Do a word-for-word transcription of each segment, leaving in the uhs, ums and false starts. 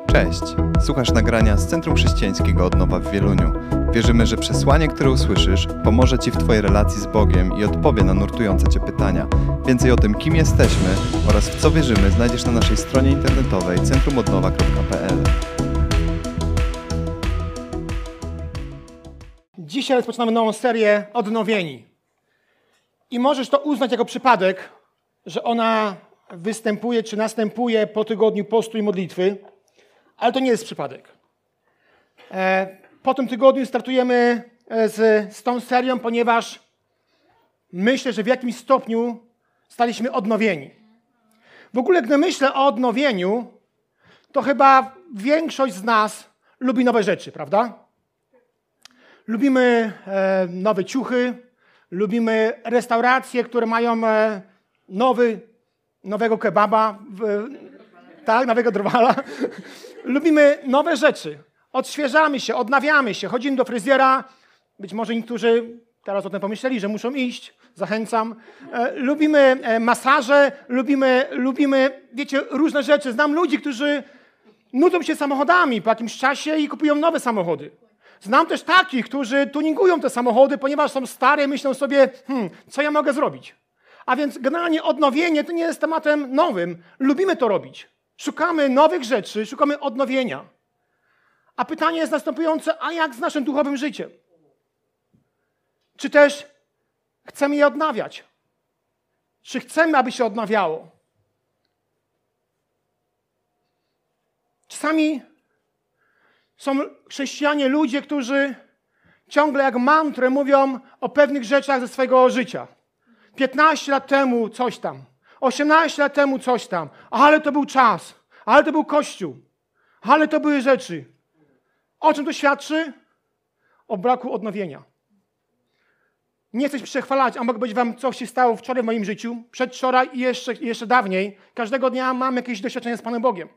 Cześć! Słuchasz nagrania z Centrum Chrześcijańskiego Odnowa w Wieluniu. Wierzymy, że przesłanie, które usłyszysz, pomoże Ci w Twojej relacji z Bogiem i odpowie na nurtujące Cię pytania. Więcej o tym, kim jesteśmy oraz w co wierzymy, znajdziesz na naszej stronie internetowej centrum odnowa kropka p l. Dzisiaj rozpoczynamy nową serię Odnowieni. I możesz to uznać jako przypadek, że ona występuje czy następuje po tygodniu postu i modlitwy, ale to nie jest przypadek. Po tym tygodniu startujemy z, z tą serią, ponieważ myślę, że w jakimś stopniu staliśmy odnowieni. W ogóle, gdy myślę o odnowieniu, to chyba większość z nas lubi nowe rzeczy, prawda? Lubimy e, nowe ciuchy, lubimy restauracje, które mają e, nowy, nowego kebaba, w, tak, nowego drwala. Lubimy nowe rzeczy. Odświeżamy się, odnawiamy się, chodzimy do fryzjera. Być może niektórzy teraz o tym pomyśleli, że muszą iść. Zachęcam. E, lubimy e, masaże, lubimy, lubimy, wiecie, różne rzeczy. Znam ludzi, którzy nudzą się samochodami po jakimś czasie i kupują nowe samochody. Znam też takich, którzy tuningują te samochody, ponieważ są stare i myślą sobie, hmm, co ja mogę zrobić? A więc generalnie odnowienie to nie jest tematem nowym. Lubimy to robić. Szukamy nowych rzeczy, szukamy odnowienia. A pytanie jest następujące, a jak z naszym duchowym życiem? Czy też chcemy je odnawiać? Czy chcemy, aby się odnawiało? Czasami są chrześcijanie, ludzie, którzy ciągle jak mantrę mówią o pewnych rzeczach ze swojego życia. piętnaście lat temu coś tam, osiemnaście lat temu coś tam, ale to był czas, ale to był Kościół, ale to były rzeczy. O czym to świadczy? O braku odnowienia. Nie chcę się przechwalać, a mogę powiedzieć wam, co się stało wczoraj w moim życiu, przedwczoraj i jeszcze, jeszcze dawniej. Każdego dnia mam jakieś doświadczenie z Panem Bogiem.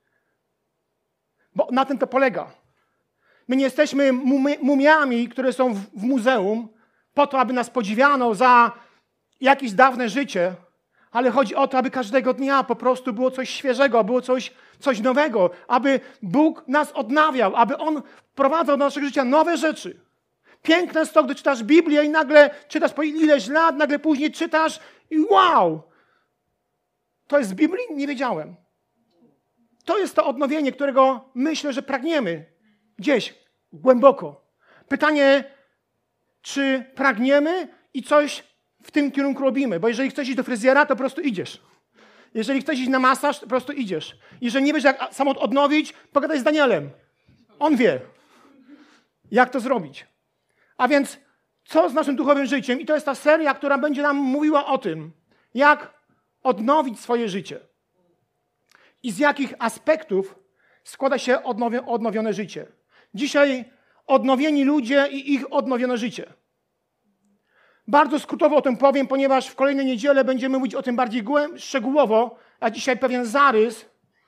Bo na tym to polega. My nie jesteśmy mumiami, które są w, w muzeum, po to, aby nas podziwiano za jakieś dawne życie, ale chodzi o to, aby każdego dnia po prostu było coś świeżego, było coś, coś nowego, aby Bóg nas odnawiał, aby On wprowadzał do naszego życia nowe rzeczy. Piękne jest to, gdy czytasz Biblię i nagle czytasz po ileś lat, nagle później czytasz i wow! To jest z Biblii? Nie wiedziałem. To jest to odnowienie, którego myślę, że pragniemy gdzieś głęboko. Pytanie, czy pragniemy i coś w tym kierunku robimy? Bo jeżeli chcesz iść do fryzjera, to po prostu idziesz. Jeżeli chcesz iść na masaż, to po prostu idziesz. Jeżeli nie wiesz, jak samochód odnowić, pogadaj z Danielem. On wie, jak to zrobić. A więc, co z naszym duchowym życiem? I to jest ta seria, która będzie nam mówiła o tym, jak odnowić swoje życie. I z jakich aspektów składa się odnowi- odnowione życie. Dzisiaj odnowieni ludzie i ich odnowione życie. Bardzo skrótowo o tym powiem, ponieważ w kolejnej niedzielę będziemy mówić o tym bardziej głęb- szczegółowo, a dzisiaj pewien zarys,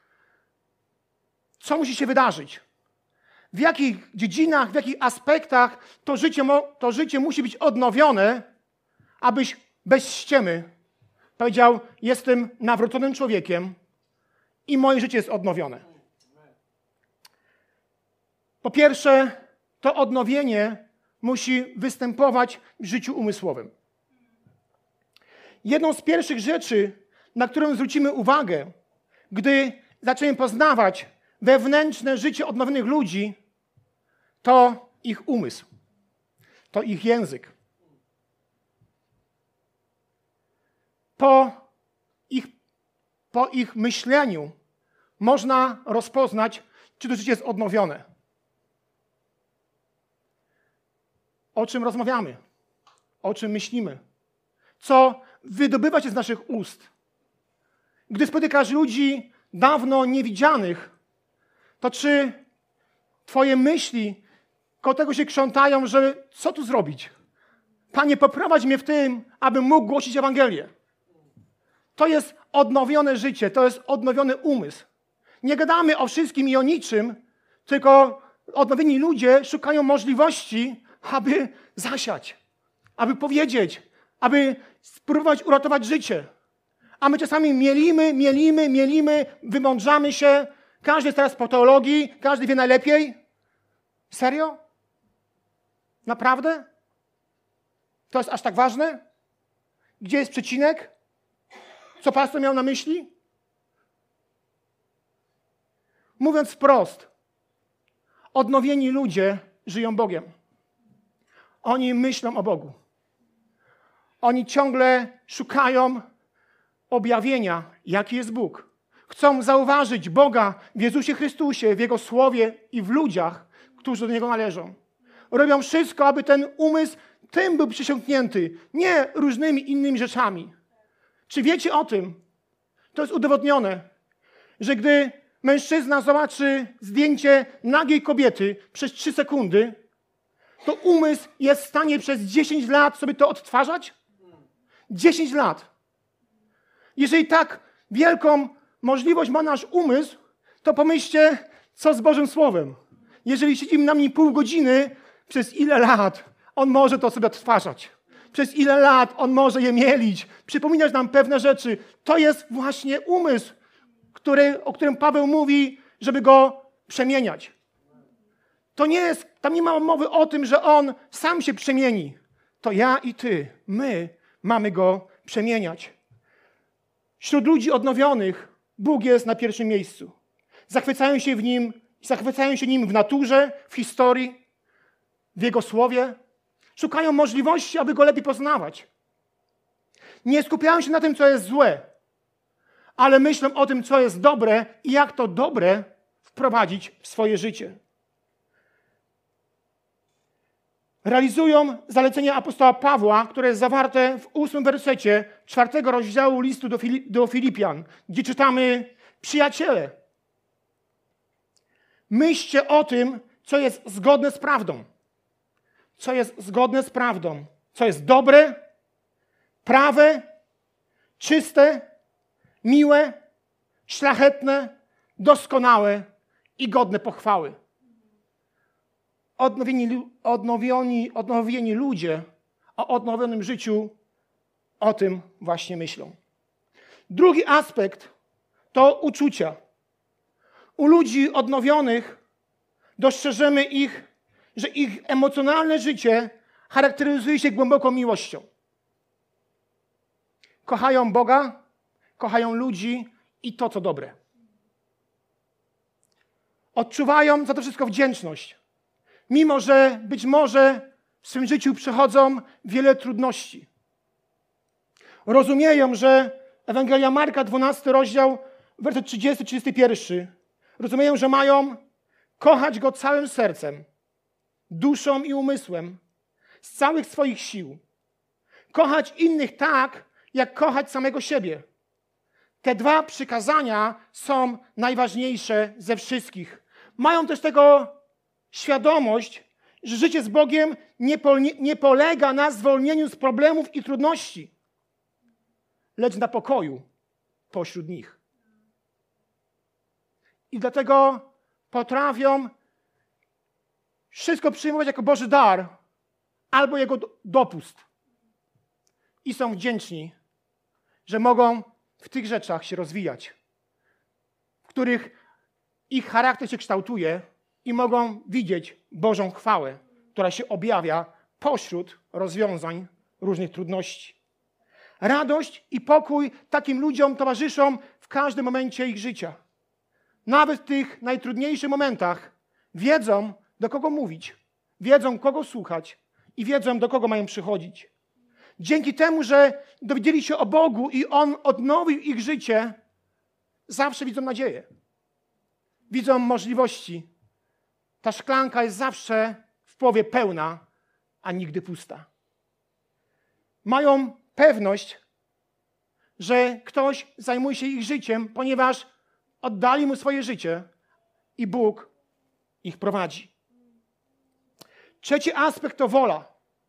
co musi się wydarzyć. W jakich dziedzinach, w jakich aspektach to życie, mo- to życie musi być odnowione, abyś bez ściemy powiedział, jestem nawróconym człowiekiem, i moje życie jest odnowione. Po pierwsze, to odnowienie musi występować w życiu umysłowym. Jedną z pierwszych rzeczy, na którą zwrócimy uwagę, gdy zaczniemy poznawać wewnętrzne życie odnowionych ludzi, to ich umysł, to ich język. Po ich Po ich myśleniu można rozpoznać, czy to życie jest odnowione. O czym rozmawiamy? O czym myślimy? Co wydobywa się z naszych ust? Gdy spotykasz ludzi dawno niewidzianych, to czy twoje myśli koło tego się krzątają, że co tu zrobić? Panie, poprowadź mnie w tym, abym mógł głosić Ewangelię. To jest odnowione życie, to jest odnowiony umysł. Nie gadamy o wszystkim i o niczym, tylko odnowieni ludzie szukają możliwości, aby zasiać, aby powiedzieć, aby spróbować uratować życie. A my czasami mielimy, mielimy, mielimy, wymądrzamy się, Każdy jest teraz po teologii, każdy wie najlepiej. Serio? Naprawdę? To jest aż tak ważne? Gdzie jest przecinek? Co pastor miał na myśli? Mówiąc wprost, odnowieni ludzie żyją Bogiem. Oni myślą o Bogu. Oni ciągle szukają objawienia, jaki jest Bóg. Chcą zauważyć Boga w Jezusie Chrystusie, w Jego Słowie i w ludziach, którzy do Niego należą. Robią wszystko, aby ten umysł tym był przysiągnięty, nie różnymi innymi rzeczami. Czy wiecie o tym? To jest udowodnione, że gdy mężczyzna zobaczy zdjęcie nagiej kobiety przez trzy sekundy, to umysł jest w stanie przez dziesięć lat sobie to odtwarzać? dziesięć lat. Jeżeli tak wielką możliwość ma nasz umysł, to pomyślcie, co z Bożym Słowem. Jeżeli siedzimy na nim pół godziny, przez ile lat on może to sobie odtwarzać? Przez ile lat on może je mielić? Przypominać nam pewne rzeczy. To jest właśnie umysł, który, o którym Paweł mówi, żeby go przemieniać. To nie jest, tam nie ma mowy o tym, że on sam się przemieni. To ja i ty, my mamy go przemieniać. Wśród ludzi odnowionych Bóg jest na pierwszym miejscu. Zachwycają się w nim, zachwycają się nim w naturze, w historii, w Jego Słowie. Szukają możliwości, aby go lepiej poznawać. Nie skupiają się na tym, co jest złe, ale myślą o tym, co jest dobre i jak to dobre wprowadzić w swoje życie. Realizują zalecenie apostoła Pawła, które jest zawarte w ósmym wersecie czwartego rozdziału listu do, Filip, do Filipian, gdzie czytamy: przyjaciele, myślcie o tym, co jest zgodne z prawdą. Co jest zgodne z prawdą. Co jest dobre, prawe, czyste, miłe, szlachetne, doskonałe i godne pochwały. Odnowieni, odnowieni, odnowieni ludzie o odnowionym życiu o tym właśnie myślą. Drugi aspekt to uczucia. U ludzi odnowionych dostrzeżemy ich, że ich emocjonalne życie charakteryzuje się głęboką miłością. Kochają Boga, kochają ludzi i to, co dobre. Odczuwają za to wszystko wdzięczność. Mimo że być może w swym życiu przechodzą wiele trudności. Rozumieją, że Ewangelia Marka, dwunasty rozdział, werset trzydziesty trzydziesty jeden. Rozumieją, że mają kochać Go całym sercem, duszą i umysłem, z całych swoich sił. Kochać innych tak, jak kochać samego siebie. Te dwa przykazania są najważniejsze ze wszystkich. Mają też tego świadomość, że życie z Bogiem nie, po, nie, nie polega na zwolnieniu z problemów i trudności, lecz na pokoju pośród nich. I dlatego potrafią wszystko przyjmować jako Boży dar albo Jego dopust. I są wdzięczni, że mogą w tych rzeczach się rozwijać, w których ich charakter się kształtuje i mogą widzieć Bożą chwałę, która się objawia pośród rozwiązań różnych trudności. Radość i pokój takim ludziom towarzyszą w każdym momencie ich życia. Nawet w tych najtrudniejszych momentach wiedzą, do kogo mówić, wiedzą, kogo słuchać i wiedzą, do kogo mają przychodzić. Dzięki temu, że dowiedzieli się o Bogu i On odnowił ich życie, zawsze widzą nadzieję. Widzą możliwości. Ta szklanka jest zawsze w połowie pełna, a nigdy pusta. Mają pewność, że ktoś zajmuje się ich życiem, ponieważ oddali Mu swoje życie i Bóg ich prowadzi. Trzeci aspekt to wola.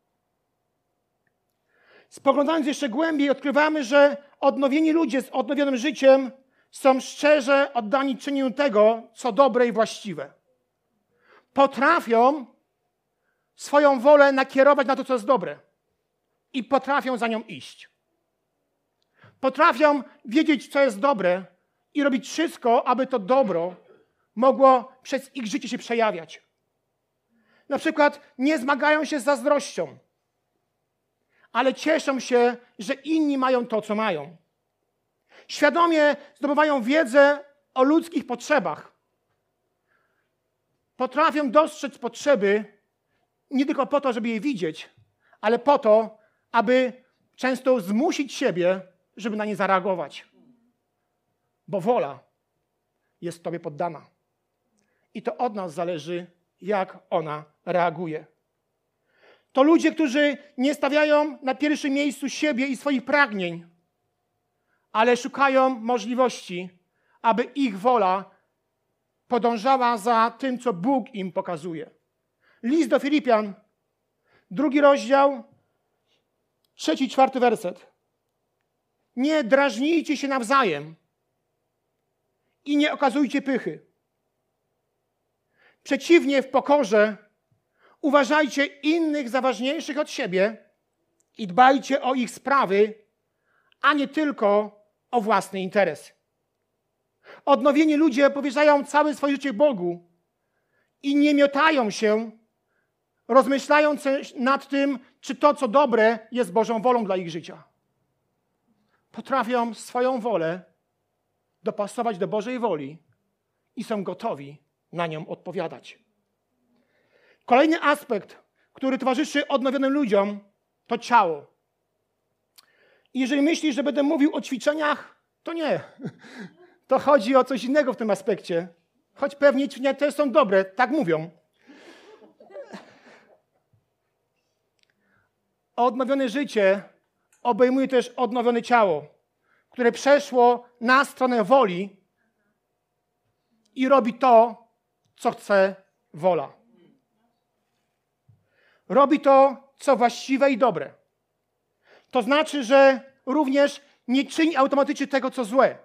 Spoglądając jeszcze głębiej, odkrywamy, że odnowieni ludzie z odnowionym życiem są szczerze oddani czynieniu tego, co dobre i właściwe. Potrafią swoją wolę nakierować na to, co jest dobre. I potrafią za nią iść. Potrafią wiedzieć, co jest dobre i robić wszystko, aby to dobro mogło przez ich życie się przejawiać. Na przykład nie zmagają się z zazdrością, ale cieszą się, że inni mają to, co mają. Świadomie zdobywają wiedzę o ludzkich potrzebach. Potrafią dostrzec potrzeby nie tylko po to, żeby je widzieć, ale po to, aby często zmusić siebie, żeby na nie zareagować. Bo wola jest Tobie poddana. I to od nas zależy, jak ona reaguje. To ludzie, którzy nie stawiają na pierwszym miejscu siebie i swoich pragnień, ale szukają możliwości, aby ich wola podążała za tym, co Bóg im pokazuje. List do Filipian, drugi rozdział, trzeci, czwarty werset. Nie drażnijcie się nawzajem i nie okazujcie pychy. Przeciwnie, w pokorze uważajcie innych za ważniejszych od siebie i dbajcie o ich sprawy, a nie tylko o własny interes. Odnowieni ludzie powierzają całe swoje życie Bogu i nie miotają się, rozmyślając nad tym, czy to, co dobre, jest Bożą wolą dla ich życia. Potrafią swoją wolę dopasować do Bożej woli i są gotowi na nią odpowiadać. Kolejny aspekt, który towarzyszy odnowionym ludziom, to ciało. I jeżeli myślisz, że będę mówił o ćwiczeniach, to nie. To chodzi o coś innego w tym aspekcie. Choć pewnie ćwiczenia też są dobre, tak mówią. Odnowione życie obejmuje też odnowione ciało, które przeszło na stronę woli i robi to, co chce wola. Robi to, co właściwe i dobre. To znaczy, że również nie czyni automatycznie tego, co złe.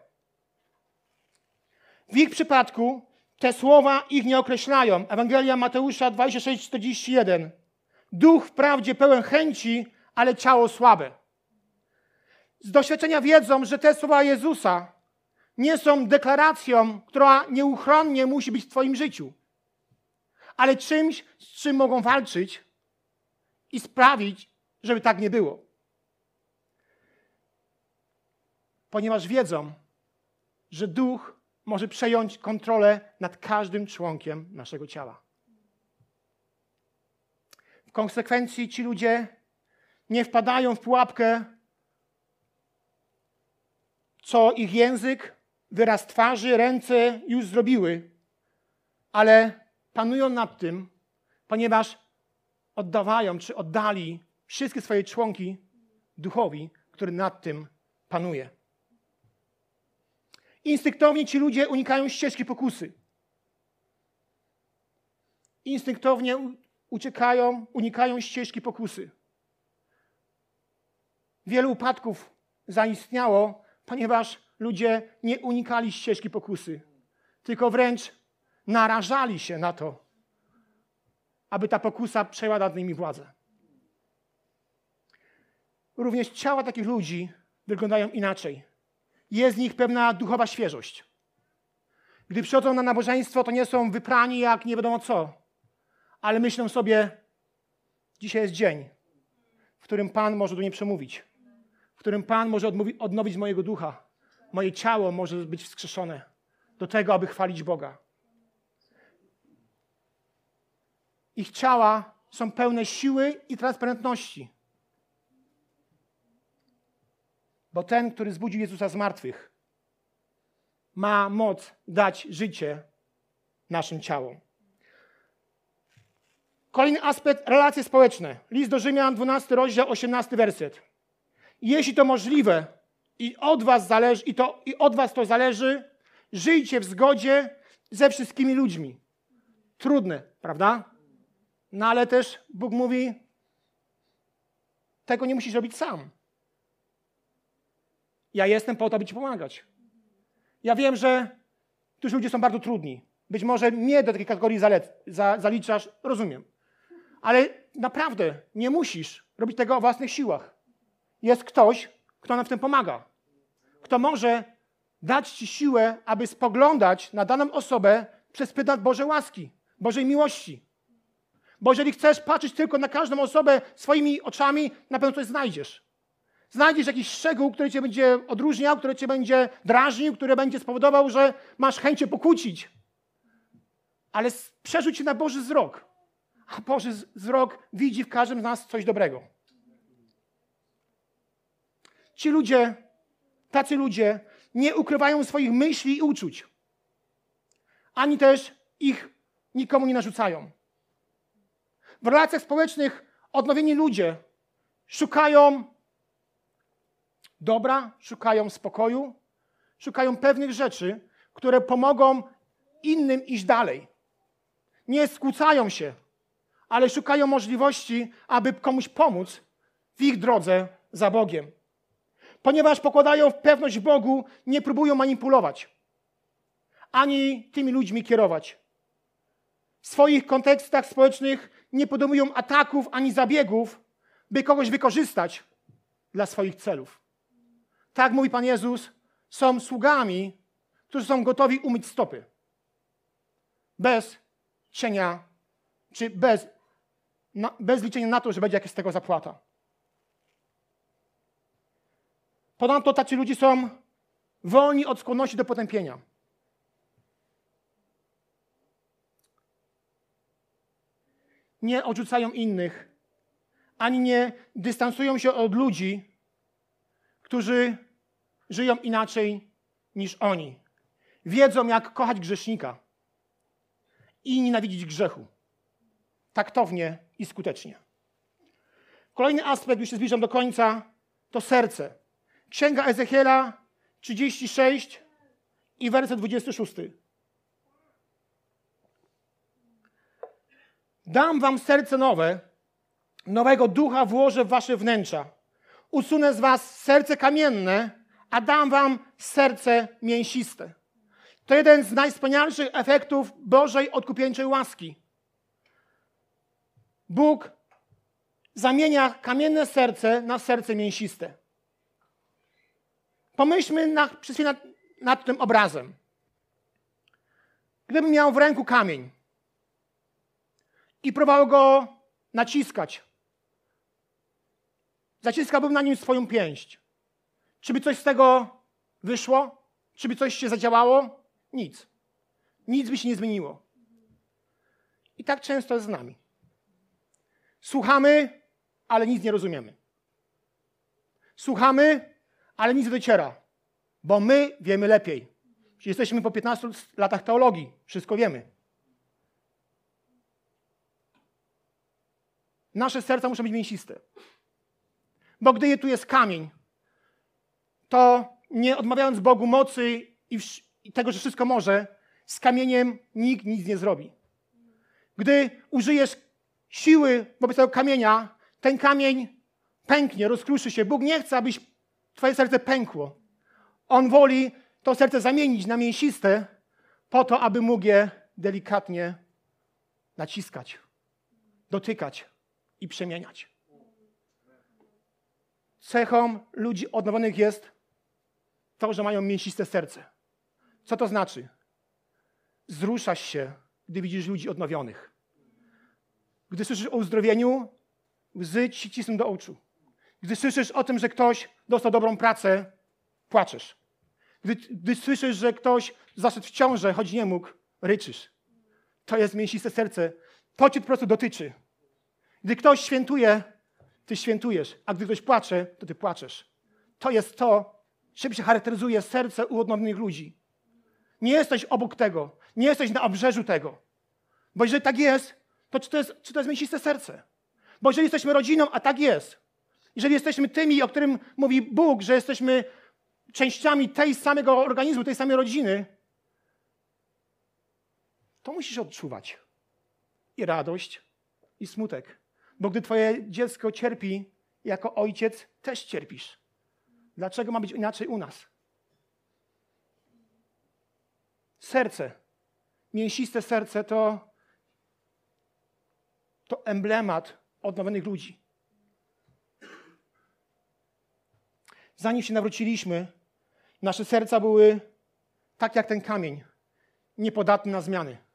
W ich przypadku te słowa ich nie określają. Ewangelia Mateusza dwadzieścia sześć, czterdzieści jeden. Duch wprawdzie pełen chęci, ale ciało słabe. Z doświadczenia wiedzą, że te słowa Jezusa nie są deklaracją, która nieuchronnie musi być w Twoim życiu, ale czymś, z czym mogą walczyć i sprawić, żeby tak nie było. Ponieważ wiedzą, że Duch może przejąć kontrolę nad każdym członkiem naszego ciała. W konsekwencji ci ludzie nie wpadają w pułapkę, co ich język, wyraz twarzy, ręce już zrobiły, ale panują nad tym, ponieważ oddawają czy oddali wszystkie swoje członki Duchowi, który nad tym panuje. Instynktownie ci ludzie unikają ścieżki pokusy. Instynktownie uciekają, unikają ścieżki pokusy. Wiele upadków zaistniało, ponieważ ludzie nie unikali ścieżki pokusy, tylko wręcz narażali się na to, aby ta pokusa przejęła nad nimi władzę. Również ciała takich ludzi wyglądają inaczej. Jest w nich pewna duchowa świeżość. Gdy przychodzą na nabożeństwo, to nie są wyprani jak nie wiadomo co, ale myślą sobie, dzisiaj jest dzień, w którym Pan może do mnie przemówić, w którym Pan może odmówi, odnowić mojego ducha. Moje ciało może być wskrzeszone do tego, aby chwalić Boga. Ich ciała są pełne siły i transparentności. Bo ten, który zbudził Jezusa z martwych, ma moc dać życie naszym ciałom. Kolejny aspekt, relacje społeczne. List do Rzymian, dwunasty rozdział, osiemnasty werset. Jeśli to możliwe i od was zależy, i, to, i od was to zależy, żyjcie w zgodzie ze wszystkimi ludźmi. Trudne, prawda? No ale też Bóg mówi, tego nie musisz robić sam. Ja jestem po to, aby ci pomagać. Ja wiem, że którzy ludzie są bardzo trudni. Być może mnie do takiej kategorii zale- za- zaliczasz, rozumiem. Ale naprawdę nie musisz robić tego o własnych siłach. Jest ktoś, kto nam w tym pomaga. Kto może dać ci siłę, aby spoglądać na daną osobę przez pryzmat Bożej łaski, Bożej miłości. Bo jeżeli chcesz patrzeć tylko na każdą osobę swoimi oczami, na pewno coś znajdziesz. Znajdziesz jakiś szczegół, który cię będzie odróżniał, który cię będzie drażnił, który będzie spowodował, że masz chęć się pokłócić. Ale przerzuć się na Boży wzrok. A Boży wzrok widzi w każdym z nas coś dobrego. Ci ludzie, tacy ludzie nie ukrywają swoich myśli i uczuć. Ani też ich nikomu nie narzucają. W relacjach społecznych odnowieni ludzie szukają dobra, szukają spokoju, szukają pewnych rzeczy, które pomogą innym iść dalej. Nie skłócają się, ale szukają możliwości, aby komuś pomóc w ich drodze za Bogiem. Ponieważ pokładają pewność w Bogu, nie próbują manipulować, ani tymi ludźmi kierować. W swoich kontekstach społecznych nie podejmują ataków ani zabiegów, by kogoś wykorzystać dla swoich celów. Tak mówi Pan Jezus, są sługami, którzy są gotowi umyć stopy. Bez cienia, czy bez, na, bez liczenia na to, że będzie jakaś z tego zapłata. Ponadto tacy ludzie są wolni od skłonności do potępienia. Nie odrzucają innych, ani nie dystansują się od ludzi, którzy żyją inaczej niż oni. Wiedzą, jak kochać grzesznika i nienawidzić grzechu. Taktownie i skutecznie. Kolejny aspekt, już się zbliżam do końca, to serce. Księga Ezechiela trzydzieści sześć i werset dwudziesty szósty. Dam wam serce nowe, nowego ducha włożę w wasze wnętrza. Usunę z was serce kamienne, a dam wam serce mięsiste. To jeden z najwspanialszych efektów Bożej odkupieńczej łaski. Bóg zamienia kamienne serce na serce mięsiste. Pomyślmy na, przez chwilę nad, nad tym obrazem. Gdybym miał w ręku kamień i próbował go naciskać, zaciskałbym na nim swoją pięść. Czy by coś z tego wyszło? Czy by coś się zadziałało? Nic. Nic by się nie zmieniło. I tak często jest z nami. Słuchamy, ale nic nie rozumiemy. Słuchamy, ale nic nie dociera, bo my wiemy lepiej. Jesteśmy po piętnastu latach teologii, wszystko wiemy. Nasze serca muszą być mięsiste. Bo gdy tu jest kamień, to nie odmawiając Bogu mocy i, i tego, że wszystko może, z kamieniem nikt nic nie zrobi. Gdy użyjesz siły wobec tego kamienia, ten kamień pęknie, rozkruszy się. Bóg nie chce, abyś twoje serce pękło. On woli to serce zamienić na mięsiste po to, aby mógł je delikatnie naciskać, dotykać i przemieniać. Cechą ludzi odnowionych jest to, że mają mięsiste serce. Co to znaczy? Wzruszasz się, gdy widzisz ludzi odnowionych. Gdy słyszysz o uzdrowieniu, łzy ci cisną do oczu. Gdy słyszysz o tym, że ktoś dostał dobrą pracę, płaczesz. Gdy, gdy słyszysz, że ktoś zaszedł w ciążę, choć nie mógł, ryczysz. To jest mięsiste serce. To cię po prostu dotyczy. Gdy ktoś świętuje, ty świętujesz, a gdy ktoś płacze, to ty płaczesz. To jest to, czym się charakteryzuje serce u odnowionych ludzi. Nie jesteś obok tego, nie jesteś na obrzeżu tego. Bo jeżeli tak jest, to czy to jest, czy to jest mięsiste serce? Bo jeżeli jesteśmy rodziną, a tak jest, jeżeli jesteśmy tymi, o którym mówi Bóg, że jesteśmy częściami tej samego organizmu, tej samej rodziny, to musisz odczuwać i radość, i smutek. Bo gdy twoje dziecko cierpi, jako ojciec też cierpisz. Dlaczego ma być inaczej u nas? Serce, mięsiste serce to, to emblemat odnowionych ludzi. Zanim się nawróciliśmy, nasze serca były tak jak ten kamień, niepodatne na zmiany.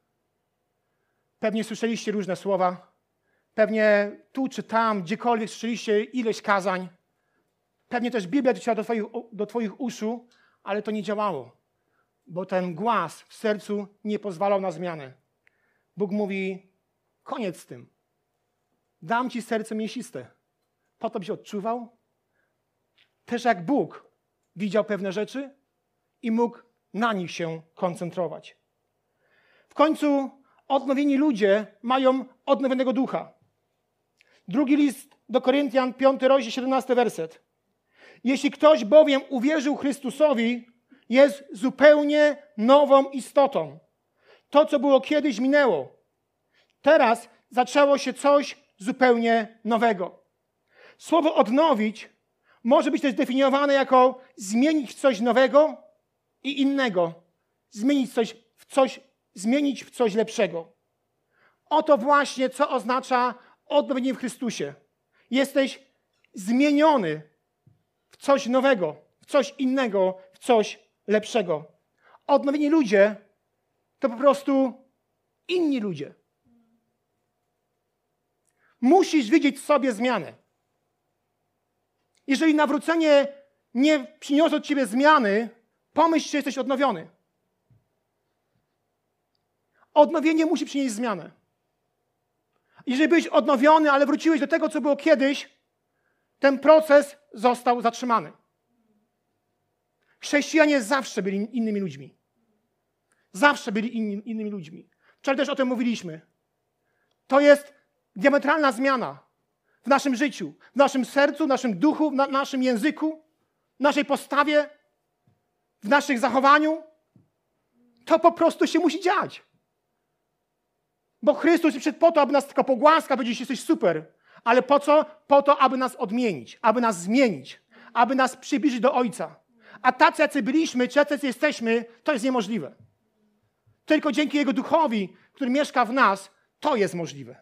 Pewnie słyszeliście różne słowa. Pewnie tu czy tam, gdziekolwiek słyszeliście ileś kazań. Pewnie też Biblia dociera do twoich, do twoich uszu, ale to nie działało. Bo ten głaz w sercu nie pozwalał na zmianę. Bóg mówi, koniec z tym. Dam ci serce mięsiste. Po to byś odczuwał. Też jak Bóg widział pewne rzeczy i mógł na nich się koncentrować. W końcu odnowieni ludzie mają odnowionego ducha. Drugi list do Koryntian, piąty rozdział, siedemnasty werset. Jeśli ktoś bowiem uwierzył Chrystusowi, jest zupełnie nową istotą. To, co było kiedyś, minęło. Teraz zaczęło się coś zupełnie nowego. Słowo odnowić może być też definiowane jako zmienić w coś nowego i innego. Zmienić coś w coś, zmienić w coś lepszego. Oto właśnie, co oznacza odnowienie w Chrystusie. Jesteś zmieniony w coś nowego, w coś innego, w coś lepszego. Odnowieni ludzie to po prostu inni ludzie. Musisz widzieć w sobie zmianę. Jeżeli nawrócenie nie przyniosło od ciebie zmiany, pomyśl, że jesteś odnowiony. Odnowienie musi przynieść zmianę. Jeżeli byłeś odnowiony, ale wróciłeś do tego, co było kiedyś, ten proces został zatrzymany. Chrześcijanie zawsze byli innymi ludźmi. Zawsze byli inni, innymi ludźmi. Wczoraj też o tym mówiliśmy. To jest diametralna zmiana w naszym życiu, w naszym sercu, w naszym duchu, w na, naszym języku, w naszej postawie, w naszych zachowaniu. To po prostu się musi dziać. Bo Chrystus przyszedł po to, aby nas tylko pogłaskał, powiedzieć, że jesteś super. Ale po co? Po to, aby nas odmienić, aby nas zmienić, aby nas przybliżyć do Ojca. A tacy, jacy byliśmy, czy jacy jesteśmy, to jest niemożliwe. Tylko dzięki Jego Duchowi, który mieszka w nas, to jest możliwe.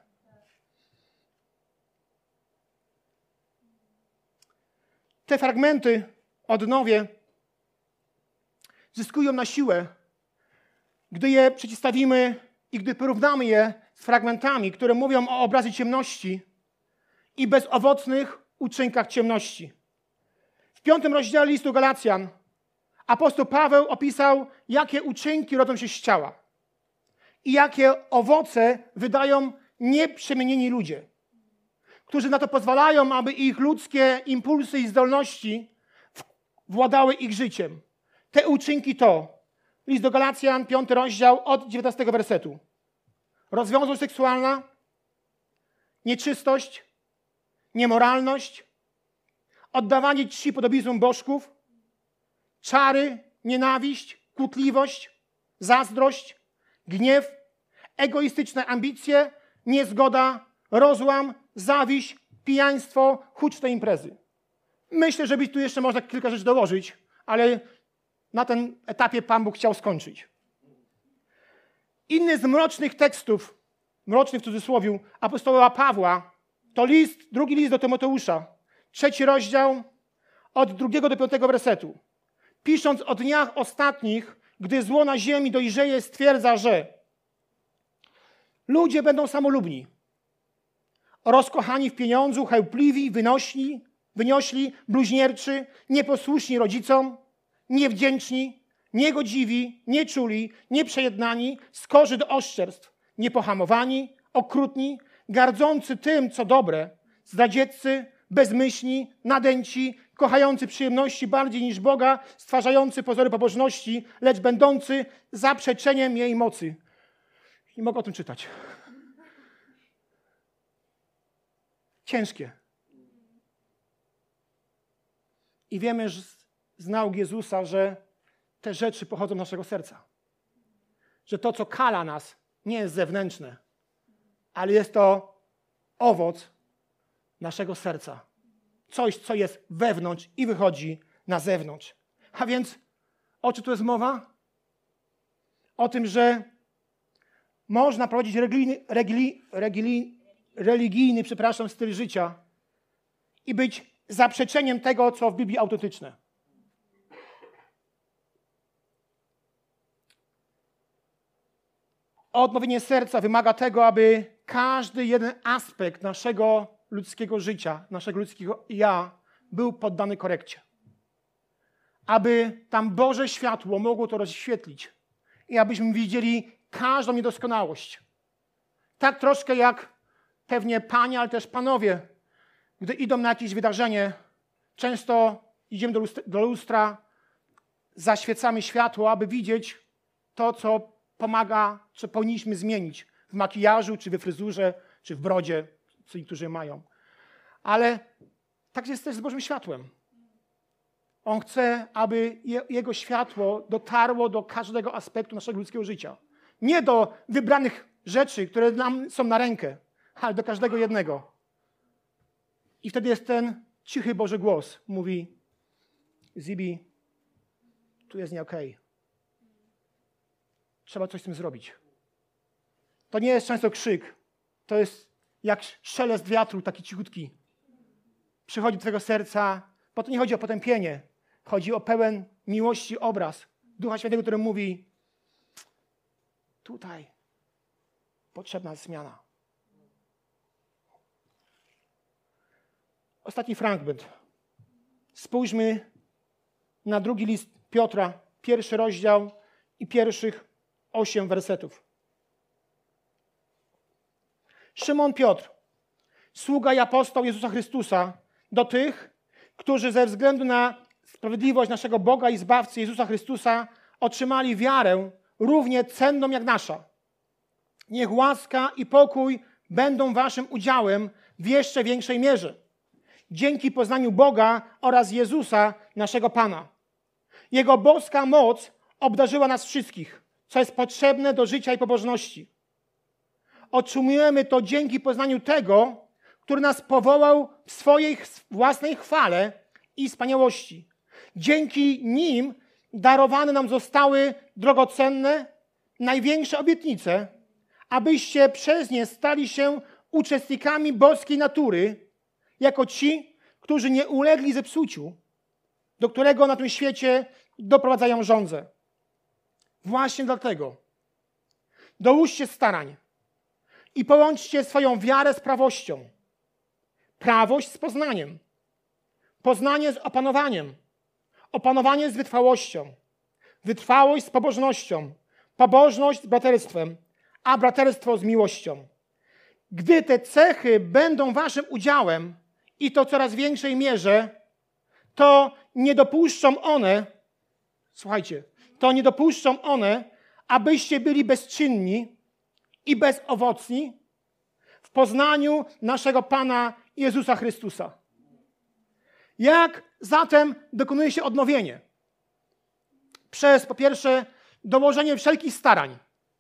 Te fragmenty odnowie zyskują na siłę, gdy je przeciwstawimy i gdy porównamy je z fragmentami, które mówią o obrazie ciemności i bezowocnych uczynkach ciemności. W piątym rozdziale listu Galacjan apostoł Paweł opisał, jakie uczynki rodzą się z ciała i jakie owoce wydają nieprzemienieni ludzie, którzy na to pozwalają, aby ich ludzkie impulsy i zdolności władały ich życiem. Te uczynki to list do Galacjan, piąty rozdział od dziewiętnastego wersetu. Rozwiązłość seksualna, nieczystość, niemoralność, oddawanie czci podobiznom bożków, czary, nienawiść, kłótliwość, zazdrość, gniew, egoistyczne ambicje, niezgoda, rozłam, zawiść, pijaństwo, huczne imprezy. Myślę, że by tu jeszcze można kilka rzeczy dołożyć, ale na tym etapie Pan Bóg chciał skończyć. Inny z mrocznych tekstów, mrocznych w cudzysłowie, apostoła Pawła, to list, drugi list do Tymoteusza, trzeci rozdział, od drugiego do piątego wersetu. Pisząc o dniach ostatnich, gdy zło na ziemi dojrzeje, stwierdza, że ludzie będą samolubni, rozkochani w pieniądzu, chełpliwi, wynośni, wyniośli, bluźnierczy, nieposłuszni rodzicom, niewdzięczni, niegodziwi, nieczuli, nieprzejednani, skorzy do oszczerstw, niepohamowani, okrutni, gardzący tym, co dobre, zdradzieccy, bezmyślni, nadęci, kochający przyjemności bardziej niż Boga, stwarzający pozory pobożności, lecz będący zaprzeczeniem jej mocy. I mogę o tym czytać. Ciężkie. I wiemy z nauk Jezusa, że te rzeczy pochodzą z naszego serca. Że to, co kala nas, nie jest zewnętrzne, ale jest to owoc naszego serca. Coś, co jest wewnątrz i wychodzi na zewnątrz. A więc o czym tu jest mowa? O tym, że można prowadzić religijny, religijny, religijny, religijny przepraszam, styl życia i być zaprzeczeniem tego, co w Biblii autentyczne. Odnowienie serca wymaga tego, aby każdy jeden aspekt naszego ludzkiego życia, naszego ludzkiego ja był poddany korekcie. Aby tam Boże światło mogło to rozświetlić i abyśmy widzieli każdą niedoskonałość. Tak troszkę jak pewnie panie, ale też panowie, gdy idą na jakieś wydarzenie, często idziemy do lustra, do lustra, zaświecamy światło, aby widzieć to, co pomaga, co powinniśmy zmienić w makijażu, czy we fryzurze, czy w brodzie, co niektórzy mają. Ale tak jest też z Bożym światłem. On chce, aby je, Jego światło dotarło do każdego aspektu naszego ludzkiego życia. Nie do wybranych rzeczy, które nam są na rękę, ale do każdego jednego. I wtedy jest ten cichy Boży głos. Mówi, Zibi, tu jest nie okej. Trzeba coś z tym zrobić. To nie jest często krzyk. To jest jak szelest wiatru, taki cichutki. Przychodzi do twojego serca, bo to nie chodzi o potępienie. Chodzi o pełen miłości obraz Ducha Świętego, który mówi, tutaj potrzebna jest zmiana. Ostatni fragment. Spójrzmy na drugi list Piotra, pierwszy rozdział i pierwszych osiem wersetów. Szymon Piotr, sługa i apostoł Jezusa Chrystusa, do tych, którzy ze względu na sprawiedliwość naszego Boga i Zbawcy Jezusa Chrystusa otrzymali wiarę równie cenną jak nasza. Niech łaska i pokój będą waszym udziałem w jeszcze większej mierze. Dzięki poznaniu Boga oraz Jezusa, naszego Pana. Jego boska moc obdarzyła nas wszystkich, co jest potrzebne do życia i pobożności. Otrzymujemy to dzięki poznaniu tego, który nas powołał w swojej własnej chwale i wspaniałości. Dzięki nim darowane nam zostały drogocenne, największe obietnice, abyście przez nie stali się uczestnikami boskiej natury, jako ci, którzy nie ulegli zepsuciu, do którego na tym świecie doprowadzają żądzę. Właśnie dlatego dołóżcie starań i połączcie swoją wiarę z prawością, prawość z poznaniem, poznanie z opanowaniem, opanowanie z wytrwałością, wytrwałość z pobożnością, pobożność z braterstwem, a braterstwo z miłością. Gdy te cechy będą waszym udziałem i to w coraz większej mierze, to nie dopuszczą one, słuchajcie, to nie dopuszczą one, abyście byli bezczynni i bezowocni w poznaniu naszego Pana Jezusa Chrystusa. Jak zatem dokonuje się odnowienie? Przez, po pierwsze, dołożenie wszelkich starań,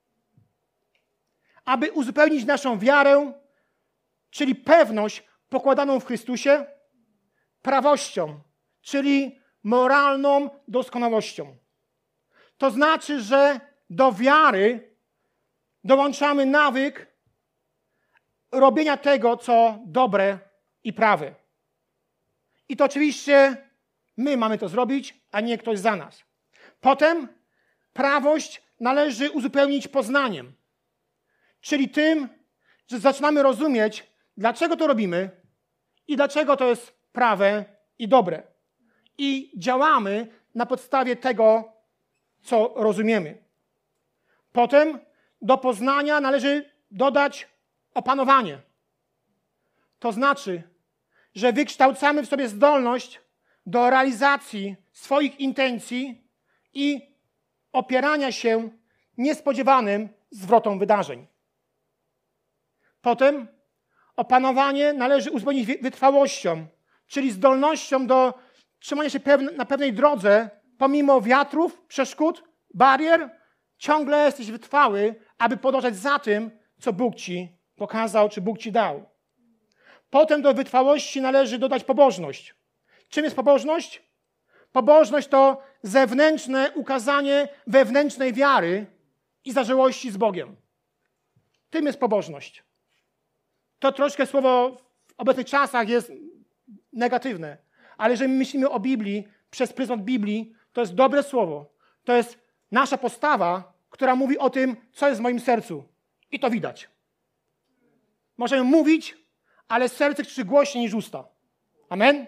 aby uzupełnić naszą wiarę, czyli pewność pokładaną w Chrystusie, prawością, czyli moralną doskonałością. To znaczy, że do wiary dołączamy nawyk robienia tego, co dobre i prawe. I to oczywiście my mamy to zrobić, a nie ktoś za nas. Potem prawość należy uzupełnić poznaniem, czyli tym, że zaczynamy rozumieć, dlaczego to robimy i dlaczego to jest prawe i dobre. I działamy na podstawie tego, co rozumiemy. Potem do poznania należy dodać opanowanie. To znaczy, że wykształcamy w sobie zdolność do realizacji swoich intencji i opierania się niespodziewanym zwrotom wydarzeń. Potem opanowanie należy uzupełnić wytrwałością, czyli zdolnością do trzymania się na pewnej drodze, pomimo wiatrów, przeszkód, barier, ciągle jesteś wytrwały, aby podążać za tym, co Bóg ci pokazał, czy Bóg ci dał. Potem do wytrwałości należy dodać pobożność. Czym jest pobożność? Pobożność to zewnętrzne ukazanie wewnętrznej wiary i zażyłości z Bogiem. Tym jest pobożność. To troszkę słowo w obecnych czasach jest negatywne, ale jeżeli myślimy o Biblii, przez pryzmat Biblii, to jest dobre słowo. To jest nasza postawa, która mówi o tym, co jest w moim sercu. I to widać. Możemy mówić, ale serce krzyczy głośniej niż usta. Amen?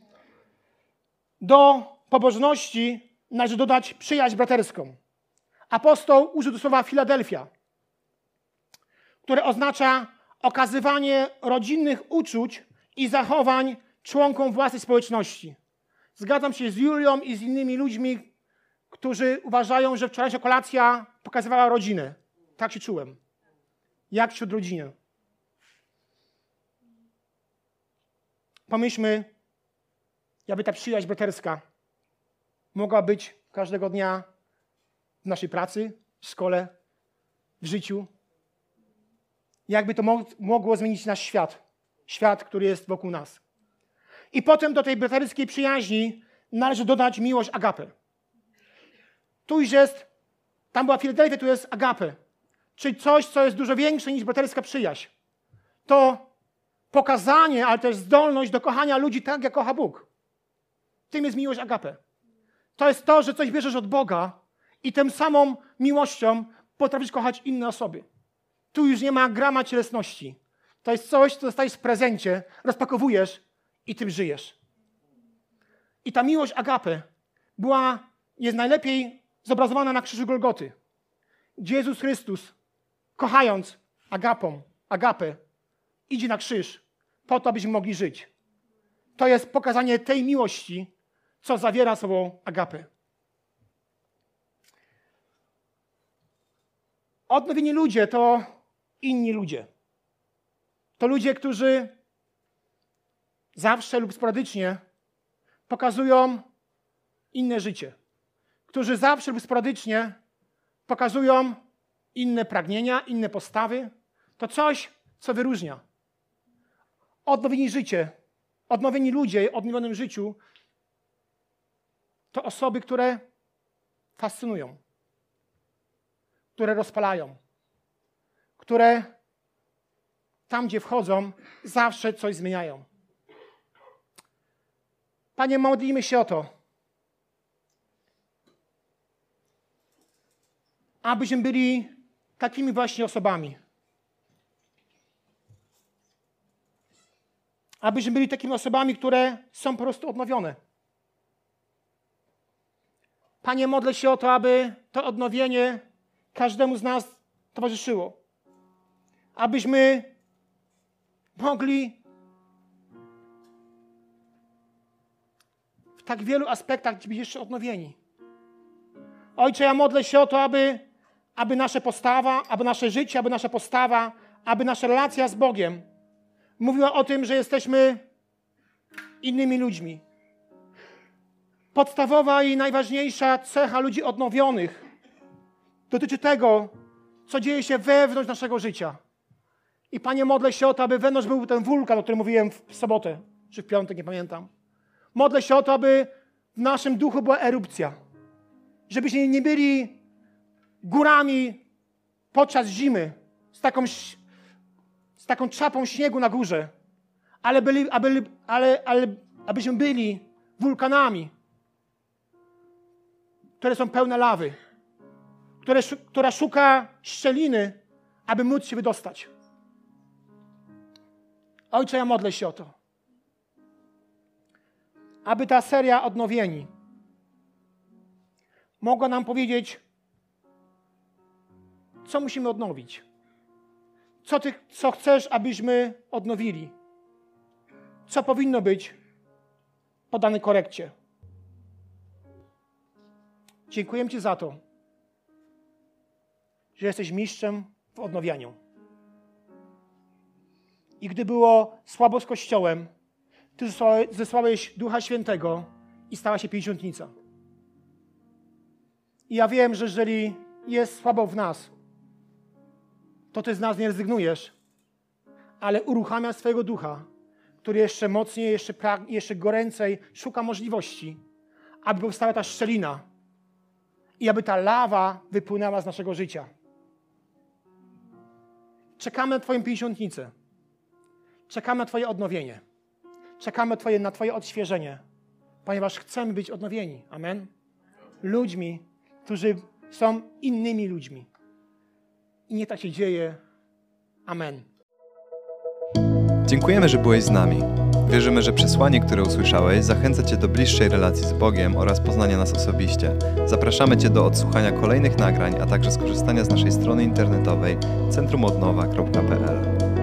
Do pobożności należy dodać przyjaźń braterską. Apostoł użył tu słowa Filadelfia, które oznacza okazywanie rodzinnych uczuć i zachowań członkom własnej społeczności. Zgadzam się z Julią i z innymi ludźmi, którzy uważają, że wczorajsza kolacja pokazywała rodzinę. Tak się czułem. Jak wśród rodziny. Pomyślmy, jakby ta przyjaźń braterska mogła być każdego dnia w naszej pracy, w szkole, w życiu. Jakby to mogło zmienić nasz świat. Świat, który jest wokół nas. I potem do tej braterskiej przyjaźni należy dodać miłość agape. Tu już jest, tam była Filadelfia, tu jest agape. Czyli coś, co jest dużo większe niż braterska przyjaźń. To pokazanie, ale też zdolność do kochania ludzi tak, jak kocha Bóg. Tym jest miłość agape. To jest to, że coś bierzesz od Boga i tą samą miłością potrafisz kochać inne osoby. Tu już nie ma grama cielesności. To jest coś, co dostajesz w prezencie, rozpakowujesz i tym żyjesz. I ta miłość agape była, jest najlepiej zobrazowana na krzyżu Golgoty. Gdzie Jezus Chrystus, kochając agapą, agapę, idzie na krzyż po to, abyśmy mogli żyć. To jest pokazanie tej miłości, co zawiera sobą agapę. Odnowieni ludzie to inni ludzie. To ludzie, którzy zawsze lub sporadycznie pokazują inne życie. Którzy zawsze lub sporadycznie pokazują inne pragnienia, inne postawy. To coś, co wyróżnia. Odnowieni życie, odnowieni ludzie o odnowionym życiu to osoby, które fascynują, które rozpalają, które tam, gdzie wchodzą, zawsze coś zmieniają. Panie, modlimy się o to, abyśmy byli takimi właśnie osobami. Abyśmy byli takimi osobami, które są po prostu odnowione. Panie, modlę się o to, aby to odnowienie każdemu z nas towarzyszyło. Abyśmy mogli w tak wielu aspektach być jeszcze odnowieni. Ojcze, ja modlę się o to, aby, aby nasza postawa, aby nasze życie, aby nasza postawa, aby nasza relacja z Bogiem mówiła o tym, że jesteśmy innymi ludźmi. Podstawowa i najważniejsza cecha ludzi odnowionych dotyczy tego, co dzieje się wewnątrz naszego życia. I Panie, modlę się o to, aby wewnątrz był ten wulkan, o którym mówiłem w sobotę, czy w piątek, nie pamiętam. Modlę się o to, aby w naszym duchu była erupcja. Żebyśmy nie byli górami podczas zimy, z taką, z taką czapą śniegu na górze, ale, byli, aby, ale, ale abyśmy byli wulkanami, które są pełne lawy, które, która szuka szczeliny, aby móc się wydostać. Ojcze, ja modlę się o to, aby ta seria odnowieni mogła nam powiedzieć, co musimy odnowić. Co Ty, co chcesz, abyśmy odnowili. Co powinno być podane korekcie. Dziękuję Ci za to, że jesteś mistrzem w odnowianiu. I gdy było słabo z Kościołem, Ty zesłałeś Ducha Świętego i stała się pięćdziesiątnica. I ja wiem, że jeżeli jest słabo w nas, to Ty z nas nie rezygnujesz, ale uruchamiasz swojego Ducha, który jeszcze mocniej, jeszcze, prag- jeszcze goręcej szuka możliwości, aby powstała ta szczelina i aby ta lawa wypłynęła z naszego życia. Czekamy na Twoją pięćdziesiątnicę. Czekamy na Twoje odnowienie. Czekamy twoje, na Twoje odświeżenie, ponieważ chcemy być odnowieni. Amen? Ludźmi, którzy są innymi ludźmi. I niech tak się dzieje. Amen. Dziękujemy, że byłeś z nami. Wierzymy, że przesłanie, które usłyszałeś, zachęca Cię do bliższej relacji z Bogiem oraz poznania nas osobiście. Zapraszamy Cię do odsłuchania kolejnych nagrań, a także skorzystania z naszej strony internetowej centrum odnowa kropka p l.